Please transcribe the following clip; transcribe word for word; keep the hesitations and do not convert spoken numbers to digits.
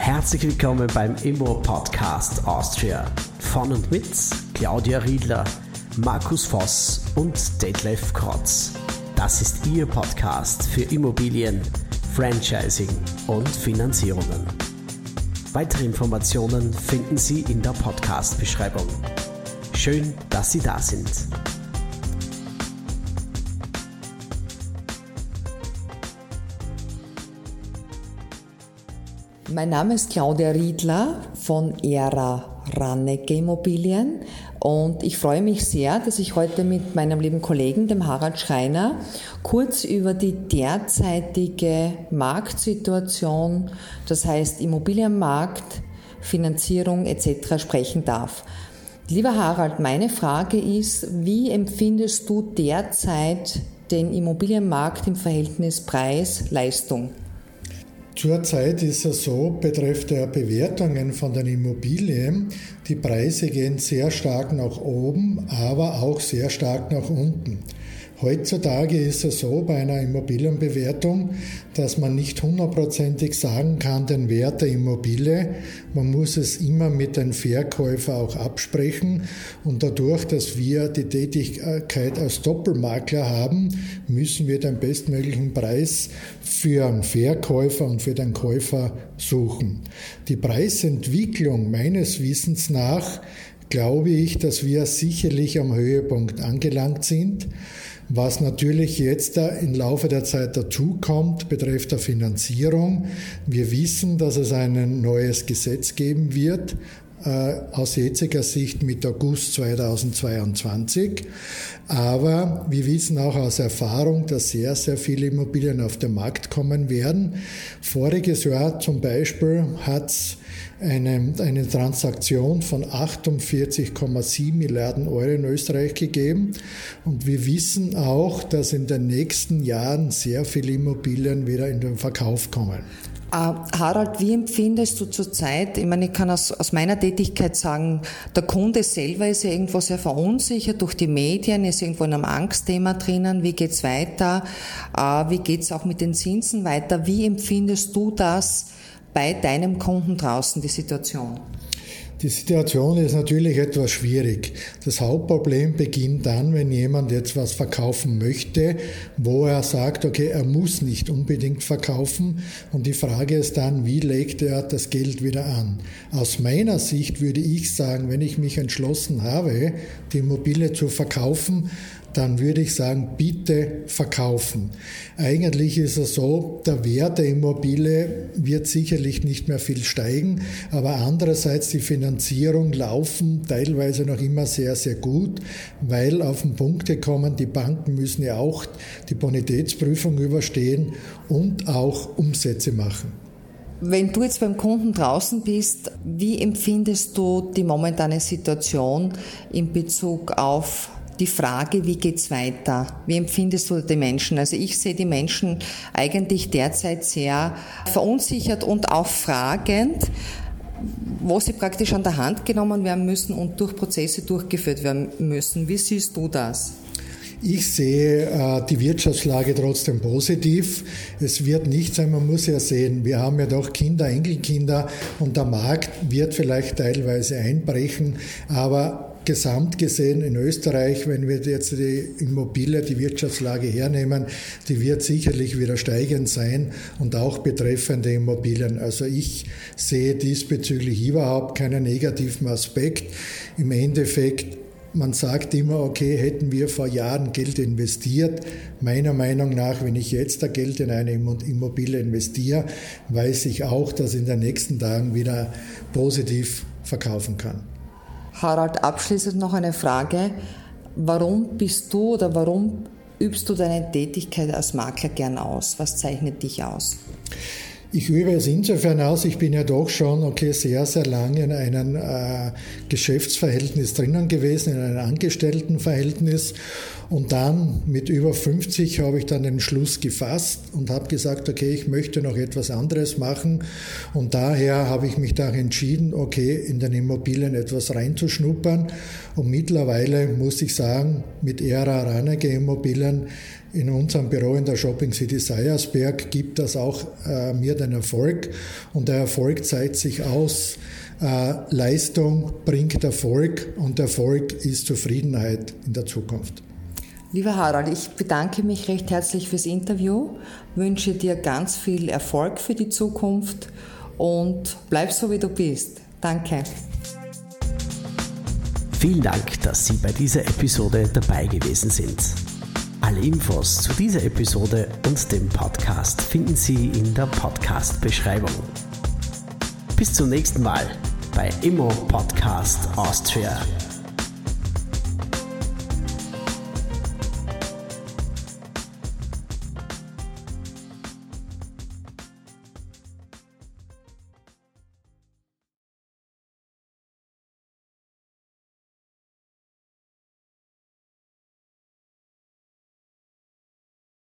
Herzlich willkommen beim Immo-Podcast Austria. Von und mit Claudia Riedler, Markus Voss und Detlef Krotz. Das ist Ihr Podcast für Immobilien, Franchising und Finanzierungen. Weitere Informationen finden Sie in der Podcast-Beschreibung. Schön, dass Sie da sind. Mein Name ist Claudia Riedler von Era Rannecke Immobilien und ich freue mich sehr, dass ich heute mit meinem lieben Kollegen, dem Harald Schreiner, kurz über die derzeitige Marktsituation, das heißt Immobilienmarkt, Finanzierung et cetera sprechen darf. Lieber Harald, meine Frage ist, wie empfindest du derzeit den Immobilienmarkt im Verhältnis Preis-Leistung? Zurzeit ist es so, betrifft der Bewertungen von den Immobilien, die Preise gehen sehr stark nach oben, aber auch sehr stark nach unten. Heutzutage ist es so bei einer Immobilienbewertung, dass man nicht hundertprozentig sagen kann, den Wert der Immobilie. Man muss es immer mit dem Verkäufer auch absprechen. Und dadurch, dass wir die Tätigkeit als Doppelmakler haben, müssen wir den bestmöglichen Preis für einen Verkäufer und für den Käufer suchen. Die Preisentwicklung meines Wissens nach glaube ich, dass wir sicherlich am Höhepunkt angelangt sind. Was natürlich jetzt im Laufe der Zeit dazukommt, betrifft der Finanzierung. Wir wissen, dass es ein neues Gesetz geben wird, äh, aus jetziger Sicht mit August zweitausendzweiundzwanzig. Aber wir wissen auch aus Erfahrung, dass sehr, sehr viele Immobilien auf den Markt kommen werden. Voriges Jahr zum Beispiel hat es Eine, eine Transaktion von achtundvierzig Komma sieben Milliarden Euro in Österreich gegeben. Und wir wissen auch, dass in den nächsten Jahren sehr viele Immobilien wieder in den Verkauf kommen. Uh, Harald, wie empfindest du zurzeit, ich meine, ich kann aus, aus meiner Tätigkeit sagen, der Kunde selber ist ja irgendwo sehr verunsichert durch die Medien, ist irgendwo in einem Angstthema drinnen, wie geht's weiter, uh, wie geht's auch mit den Zinsen weiter, wie empfindest du das bei deinem Kunden draußen, die Situation? Die Situation ist natürlich etwas schwierig. Das Hauptproblem beginnt dann, wenn jemand jetzt was verkaufen möchte, wo er sagt, okay, er muss nicht unbedingt verkaufen. Und die Frage ist dann, wie legt er das Geld wieder an? Aus meiner Sicht würde ich sagen, wenn ich mich entschlossen habe, die Immobilie zu verkaufen, dann würde ich sagen, bitte verkaufen. Eigentlich ist es so, der Wert der Immobilie wird sicherlich nicht mehr viel steigen, aber andererseits die Finanzierung laufen teilweise noch immer sehr, sehr gut, weil auf den Punkt gekommen, die Banken müssen ja auch die Bonitätsprüfung überstehen und auch Umsätze machen. Wenn du jetzt beim Kunden draußen bist, wie empfindest du die momentane Situation in Bezug auf die Frage, wie geht's weiter? Wie empfindest du die Menschen? Also ich sehe die Menschen eigentlich derzeit sehr verunsichert und auch fragend, wo sie praktisch an der Hand genommen werden müssen und durch Prozesse durchgeführt werden müssen. Wie siehst du das? Ich sehe äh, die Wirtschaftslage trotzdem positiv. Es wird nicht sein, man muss ja sehen, wir haben ja doch Kinder, Enkelkinder und der Markt wird vielleicht teilweise einbrechen, aber gesamt gesehen in Österreich, wenn wir jetzt die Immobilie, die Wirtschaftslage hernehmen, die wird sicherlich wieder steigend sein und auch betreffende Immobilien. Also ich sehe diesbezüglich überhaupt keinen negativen Aspekt. Im Endeffekt, man sagt immer, okay, hätten wir vor Jahren Geld investiert. Meiner Meinung nach, wenn ich jetzt da Geld in eine Immobilie investiere, weiß ich auch, dass ich in den nächsten Tagen wieder positiv verkaufen kann. Harald, abschließend noch eine Frage. Warum bist du oder warum übst du deine Tätigkeit als Makler gern aus? Was zeichnet dich aus? Ich übe es insofern aus, ich bin ja doch schon okay, sehr, sehr lange in einem äh, Geschäftsverhältnis drinnen gewesen, in einem Angestelltenverhältnis. Und dann mit über fünfzig habe ich dann den Schluss gefasst und habe gesagt, okay, ich möchte noch etwas anderes machen. Und daher habe ich mich dann entschieden, okay, in den Immobilien etwas reinzuschnuppern. Und mittlerweile muss ich sagen, mit Era Rannecke Immobilien in unserem Büro in der Shopping City Seiersberg gibt das auch äh, mir den Erfolg. Und der Erfolg zeigt sich aus. Äh, Leistung bringt Erfolg und Erfolg ist Zufriedenheit in der Zukunft. Lieber Harald, ich bedanke mich recht herzlich fürs Interview, wünsche dir ganz viel Erfolg für die Zukunft und bleib so, wie du bist. Danke. Vielen Dank, dass Sie bei dieser Episode dabei gewesen sind. Alle Infos zu dieser Episode und dem Podcast finden Sie in der Podcast-Beschreibung. Bis zum nächsten Mal bei Immo Podcast Austria.